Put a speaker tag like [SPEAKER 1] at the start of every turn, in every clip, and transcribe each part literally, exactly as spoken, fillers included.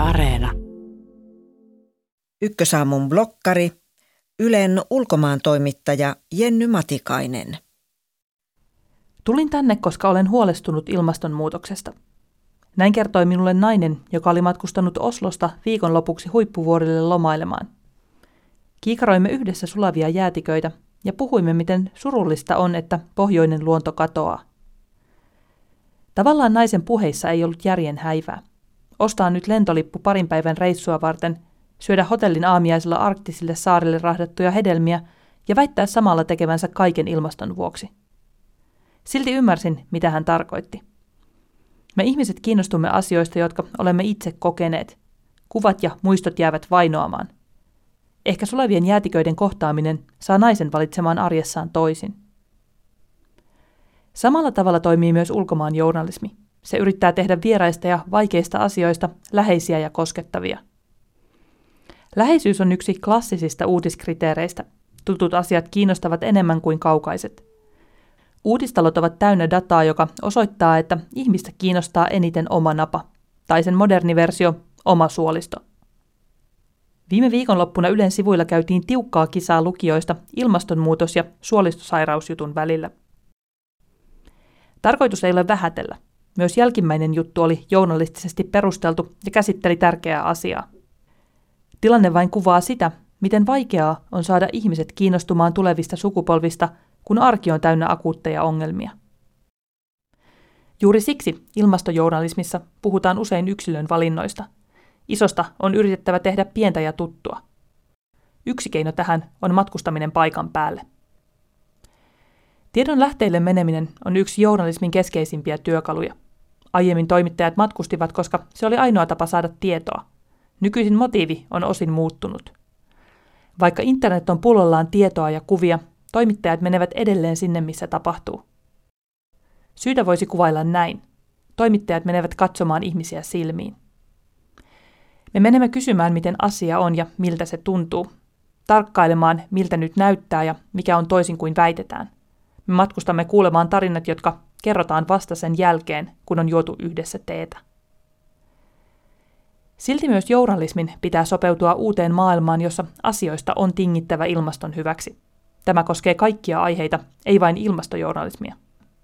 [SPEAKER 1] Areena.
[SPEAKER 2] Ykkösaamun blokkari, Ylen ulkomaantoimittaja Jenny Matikainen.
[SPEAKER 3] Tulin tänne, koska olen huolestunut ilmastonmuutoksesta. Näin kertoi minulle nainen, joka oli matkustanut Oslosta viikonlopuksi huippuvuorille lomailemaan. Kiikaroimme yhdessä sulavia jäätiköitä ja puhuimme, miten surullista on, että pohjoinen luonto katoaa. Tavallaan naisen puheissa ei ollut järjen häivää. Ostaa nyt lentolippu parin päivän reissua varten, syödä hotellin aamiaisella arktisille saarille rahdattuja hedelmiä ja väittää samalla tekevänsä kaiken ilmaston vuoksi. Silti ymmärsin, mitä hän tarkoitti. Me ihmiset kiinnostumme asioista, jotka olemme itse kokeneet. Kuvat ja muistot jäävät vainoamaan. Ehkä sulavien jäätiköiden kohtaaminen saa naisen valitsemaan arjessaan toisin. Samalla tavalla toimii myös ulkomaan journalismi. Se yrittää tehdä vieraista ja vaikeista asioista läheisiä ja koskettavia. Läheisyys on yksi klassisista uutiskriteereistä. Tutut asiat kiinnostavat enemmän kuin kaukaiset. Uutistalot ovat täynnä dataa, joka osoittaa, että ihmistä kiinnostaa eniten oma napa, tai sen moderni versio, oma suolisto. Viime viikonloppuna Ylen sivuilla käytiin tiukkaa kisaa lukijoista ilmastonmuutos- ja suolistosairausjutun välillä. Tarkoitus ei ole vähätellä. Myös jälkimmäinen juttu oli journalistisesti perusteltu ja käsitteli tärkeää asiaa. Tilanne vain kuvaa sitä, miten vaikeaa on saada ihmiset kiinnostumaan tulevista sukupolvista, kun arki on täynnä akuutteja ongelmia. Juuri siksi ilmastojournalismissa puhutaan usein yksilön valinnoista. Isosta on yritettävä tehdä pientä ja tuttua. Yksi keino tähän on matkustaminen paikan päälle. Tiedon lähteille meneminen on yksi journalismin keskeisimpiä työkaluja. Aiemmin toimittajat matkustivat, koska se oli ainoa tapa saada tietoa. Nykyisin motiivi on osin muuttunut. Vaikka internet on pullollaan tietoa ja kuvia, toimittajat menevät edelleen sinne, missä tapahtuu. Syytä voisi kuvailla näin. Toimittajat menevät katsomaan ihmisiä silmiin. Me menemme kysymään, miten asia on ja miltä se tuntuu. Tarkkailemaan, miltä nyt näyttää ja mikä on toisin kuin väitetään. Me matkustamme kuulemaan tarinat, jotka kerrotaan vasta sen jälkeen, kun on juotu yhdessä teetä. Silti myös journalismin pitää sopeutua uuteen maailmaan, jossa asioista on tingittävä ilmaston hyväksi. Tämä koskee kaikkia aiheita, ei vain ilmastojournalismia.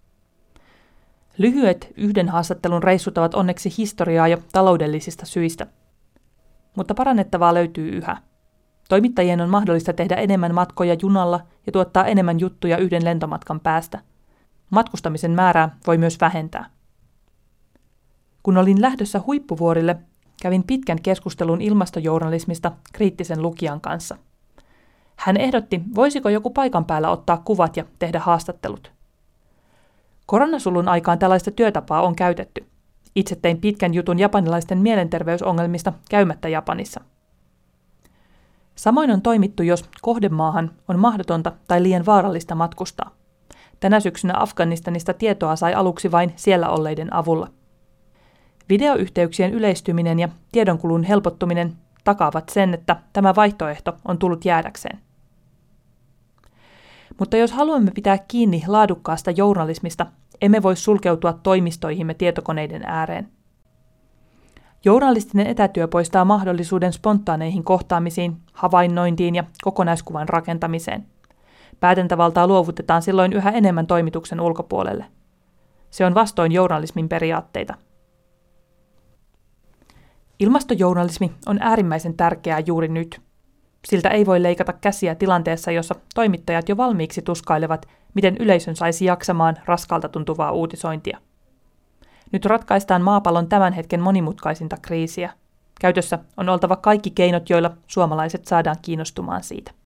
[SPEAKER 3] Lyhyet yhden haastattelun reissut ovat onneksi historiaa jo taloudellisista syistä. Mutta parannettavaa löytyy yhä. Toimittajien on mahdollista tehdä enemmän matkoja junalla ja tuottaa enemmän juttuja yhden lentomatkan päästä. Matkustamisen määrää voi myös vähentää. Kun olin lähdössä huippuvuorille, kävin pitkän keskustelun ilmastojournalismista kriittisen lukijan kanssa. Hän ehdotti, voisiko joku paikan päällä ottaa kuvat ja tehdä haastattelut. Koronasulun aikaan tällaista työtapaa on käytetty. Itse tein pitkän jutun japanilaisten mielenterveysongelmista käymättä Japanissa. Samoin on toimittu, jos kohdemaahan on mahdotonta tai liian vaarallista matkustaa. Tänä syksynä Afganistanista tietoa sai aluksi vain siellä olleiden avulla. Videoyhteyksien yleistyminen ja tiedonkulun helpottuminen takaavat sen, että tämä vaihtoehto on tullut jäädäkseen. Mutta jos haluamme pitää kiinni laadukkaasta journalismista, emme voi sulkeutua toimistoihimme tietokoneiden ääreen. Journalistinen etätyö poistaa mahdollisuuden spontaaneihin kohtaamisiin, havainnointiin ja kokonaiskuvan rakentamiseen. Päätäntävaltaa luovutetaan silloin yhä enemmän toimituksen ulkopuolelle. Se on vastoin journalismin periaatteita. Ilmastojournalismi on äärimmäisen tärkeää juuri nyt. Siltä ei voi leikata käsiä tilanteessa, jossa toimittajat jo valmiiksi tuskailevat, miten yleisön saisi jaksamaan raskalta tuntuvaa uutisointia. Nyt ratkaistaan maapallon tämän hetken monimutkaisinta kriisiä. Käytössä on oltava kaikki keinot, joilla suomalaiset saadaan kiinnostumaan siitä.